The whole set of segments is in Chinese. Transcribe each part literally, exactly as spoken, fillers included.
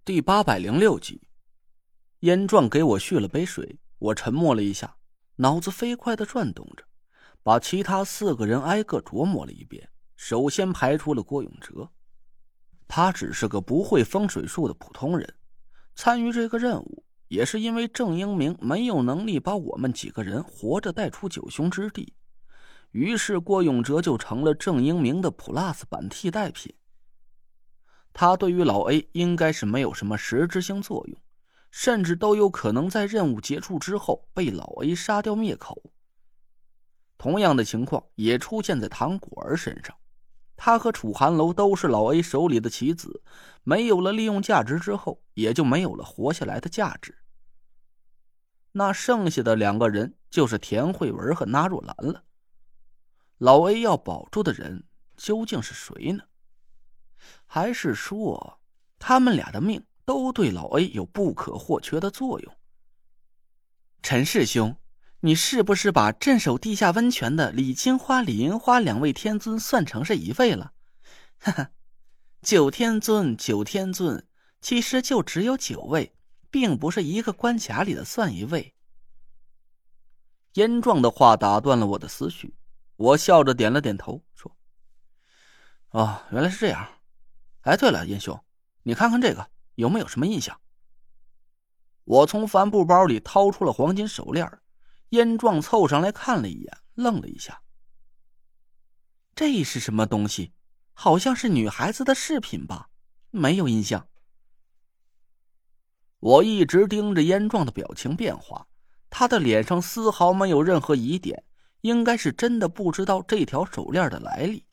第八百零六集，燕壮给我续了杯水，我沉默了一下，脑子飞快地转动着，把其他四个人挨个琢磨了一遍。首先排除了郭永哲，他只是个不会风水术的普通人，参与这个任务也是因为郑英明没有能力把我们几个人活着带出九凶之地，于是郭永哲就成了郑英明的 Plus 版替代品。他对于老 A 应该是没有什么实质性作用，甚至都有可能在任务结束之后被老 A 杀掉灭口。同样的情况也出现在唐果儿身上，他和楚寒楼都是老 A 手里的棋子，没有了利用价值之后，也就没有了活下来的价值。那剩下的两个人就是田慧文和纳若兰了。老 A 要保住的人究竟是谁呢？还是说他们俩的命都对老 A 有不可或缺的作用？陈师兄，你是不是把镇守地下温泉的李金花、李银花两位天尊算成是一位了？哈哈，九天尊九天尊，其实就只有九位，并不是一个关卡里的算一位。燕壮的话打断了我的思绪，我笑着点了点头说：哦，原来是这样。哎，对了，燕兄，你看看这个有没有什么印象？我从帆布包里掏出了黄金手链，燕壮凑上来看了一眼，愣了一下。这是什么东西？好像是女孩子的饰品吧？没有印象。我一直盯着燕壮的表情变化，他的脸上丝毫没有任何疑点，应该是真的不知道这条手链的来历。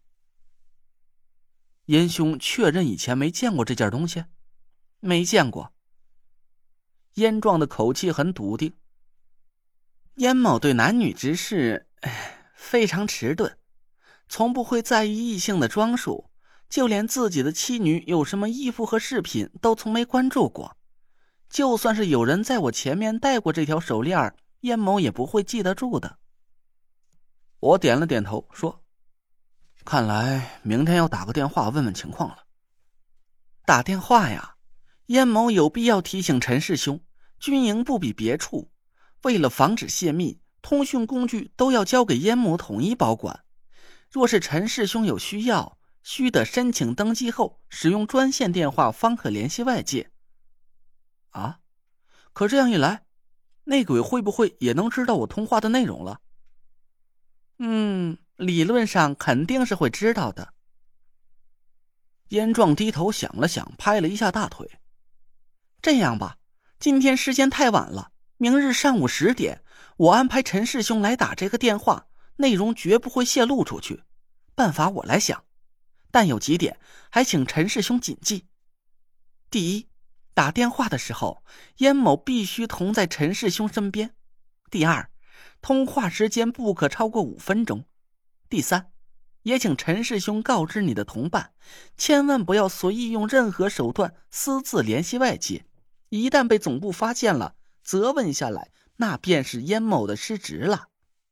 燕兄确认以前没见过这件东西？没见过。燕壮的口气很笃定。燕某对男女之事非常迟钝，从不会在意异性的装束，就连自己的妻女有什么衣服和饰品都从没关注过。就算是有人在我前面戴过这条手链，燕某也不会记得住的。我点了点头说，看来明天要打个电话问问情况了。打电话呀？燕某有必要提醒陈师兄，军营不比别处，为了防止泄密，通讯工具都要交给燕某统一保管。若是陈师兄有需要，须得申请登记后使用专线电话方可联系外界。啊？可这样一来，内鬼会不会也能知道我通话的内容了？嗯，理论上肯定是会知道的。燕壮低头想了想，拍了一下大腿。这样吧，今天时间太晚了，明日上午十点，我安排陈师兄来打这个电话，内容绝不会泄露出去。办法我来想，但有几点还请陈师兄谨记。第一，打电话的时候，燕某必须同在陈师兄身边。第二，通话时间不可超过五分钟。第三，也请陈师兄告知你的同伴，千万不要随意用任何手段私自联系外界，一旦被总部发现了，责问下来，那便是燕某的失职了。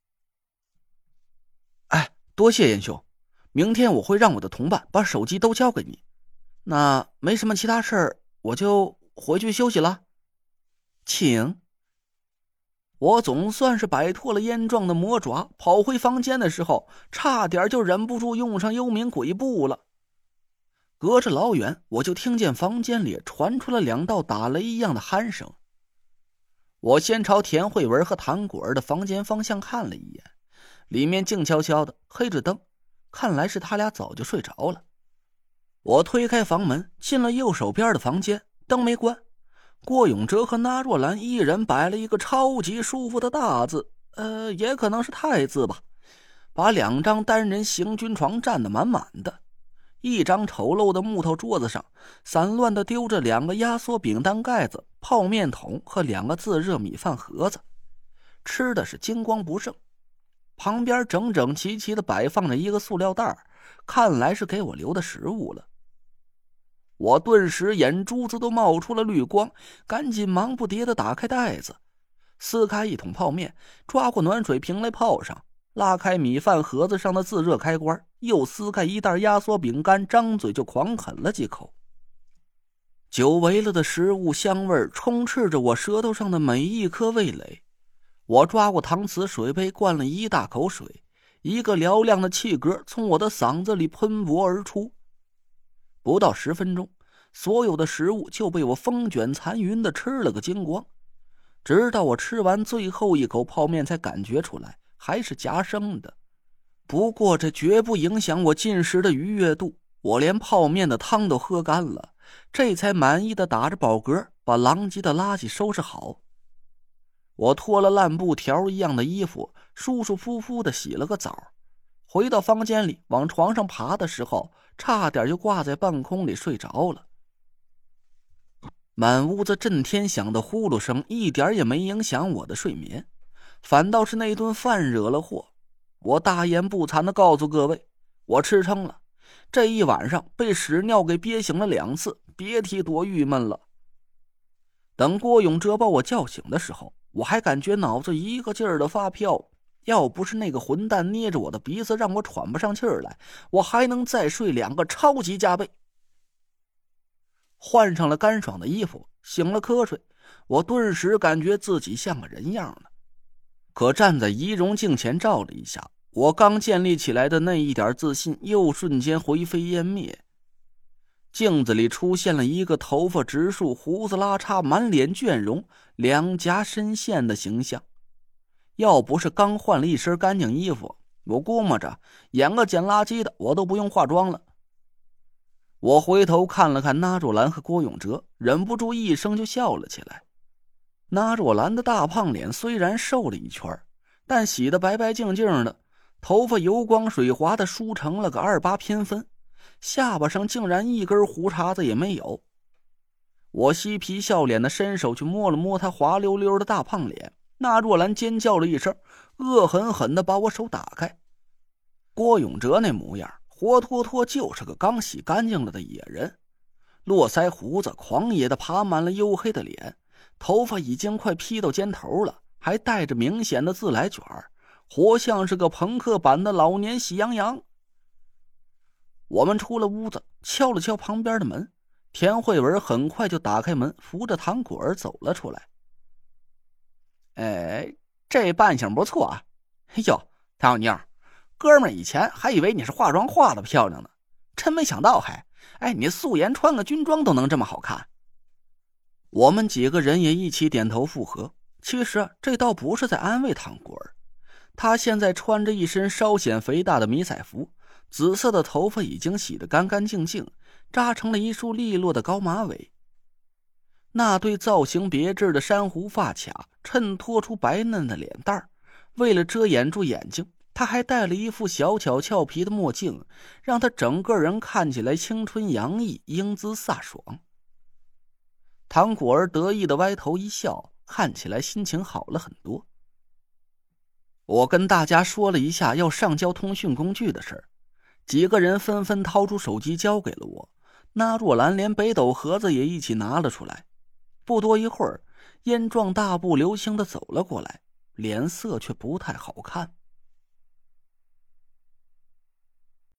哎，多谢燕兄，明天我会让我的同伴把手机都交给你。那没什么其他事儿，我就回去休息了。请。我总算是摆脱了燕壮的魔爪，跑回房间的时候，差点就忍不住用上幽冥鬼步了。隔着老远，我就听见房间里传出了两道打雷一样的鼾声。我先朝田慧文和唐果儿的房间方向看了一眼，里面静悄悄的，黑着灯，看来是他俩早就睡着了。我推开房门，进了右手边的房间，灯没关。郭永哲和纳若兰一人摆了一个超级舒服的大字，呃，也可能是太字吧，把两张单人行军床占得满满的。一张丑陋的木头桌子上散乱地丢着两个压缩饼干盖子、泡面桶和两个自热米饭盒子，吃的是精光不剩。旁边整整齐齐地摆放着一个塑料袋，看来是给我留的食物了。我顿时眼珠子都冒出了绿光，赶紧忙不迭地打开袋子，撕开一桶泡面，抓过暖水瓶来泡上，拉开米饭盒子上的自热开关，又撕开一袋压缩饼干，张嘴就狂啃了几口。 久违了的食物香味充斥着我舌头上的每一颗味蕾。我抓过搪瓷水杯，灌了一大口水，一个嘹亮的气嗝从我的嗓子里喷薄而出。不到十分钟，所有的食物就被我风卷残云的吃了个精光。直到我吃完最后一口泡面，才感觉出来还是夹生的。不过这绝不影响我进食的愉悦度，我连泡面的汤都喝干了，这才满意的打着饱嗝，把狼藉的垃圾收拾好。我脱了烂布条一样的衣服，舒舒服服的洗了个澡，回到房间里往床上爬的时候，差点就挂在半空里睡着了。满屋子震天响的呼噜声一点也没影响我的睡眠，反倒是那顿饭惹了祸。我大言不惭地告诉各位，我吃撑了，这一晚上被屎尿给憋醒了两次，别提多郁闷了。等郭永哲把我叫醒的时候，我还感觉脑子一个劲儿的发飘，要不是那个混蛋捏着我的鼻子让我喘不上气儿来，我还能再睡两个超级加倍。换上了干爽的衣服，醒了瞌睡，我顿时感觉自己像个人样了。可站在仪容镜前照了一下，我刚建立起来的那一点自信又瞬间灰飞烟灭。镜子里出现了一个头发直竖、胡子拉碴、满脸倦容、两颊深陷的形象。要不是刚换了一身干净衣服，我估摸着演个捡垃圾的我都不用化妆了。我回头看了看纳若兰和郭永哲，忍不住一声就笑了起来。纳若兰的大胖脸虽然瘦了一圈，但洗得白白净净的，头发油光水滑的梳成了个二八偏分，下巴上竟然一根胡茬子也没有。我嬉皮笑脸的伸手去摸了摸他滑溜溜的大胖脸，纳若兰尖叫了一声，恶狠狠地把我手打开。郭永哲那模样活脱脱就是个刚洗干净了的野人，络腮胡子狂野地爬满了黝黑的脸，头发已经快披到肩头了，还带着明显的自来卷儿，活像是个朋克版的老年喜羊羊。我们出了屋子，敲了敲旁边的门，田慧文很快就打开门，扶着唐果儿走了出来。哎，这扮相不错啊！哎呦，唐小妞，哥们儿以前还以为你是化妆化的漂亮呢，真没想到还，哎，你素颜穿个军装都能这么好看。我们几个人也一起点头附和。其实这倒不是在安慰唐果儿，他现在穿着一身稍显肥大的迷彩服，紫色的头发已经洗得干干净净，扎成了一束利落的高马尾。那对造型别致的珊瑚发卡衬托出白嫩的脸蛋儿，为了遮掩住眼睛，他还戴了一副小巧俏皮的墨镜，让他整个人看起来青春洋溢，英姿飒爽。唐果儿得意的歪头一笑，看起来心情好了很多。我跟大家说了一下要上交通讯工具的事儿，几个人纷纷掏出手机交给了我，纳若兰连北斗盒子也一起拿了出来。不多一会儿，燕壮大步流星的走了过来，脸色却不太好看。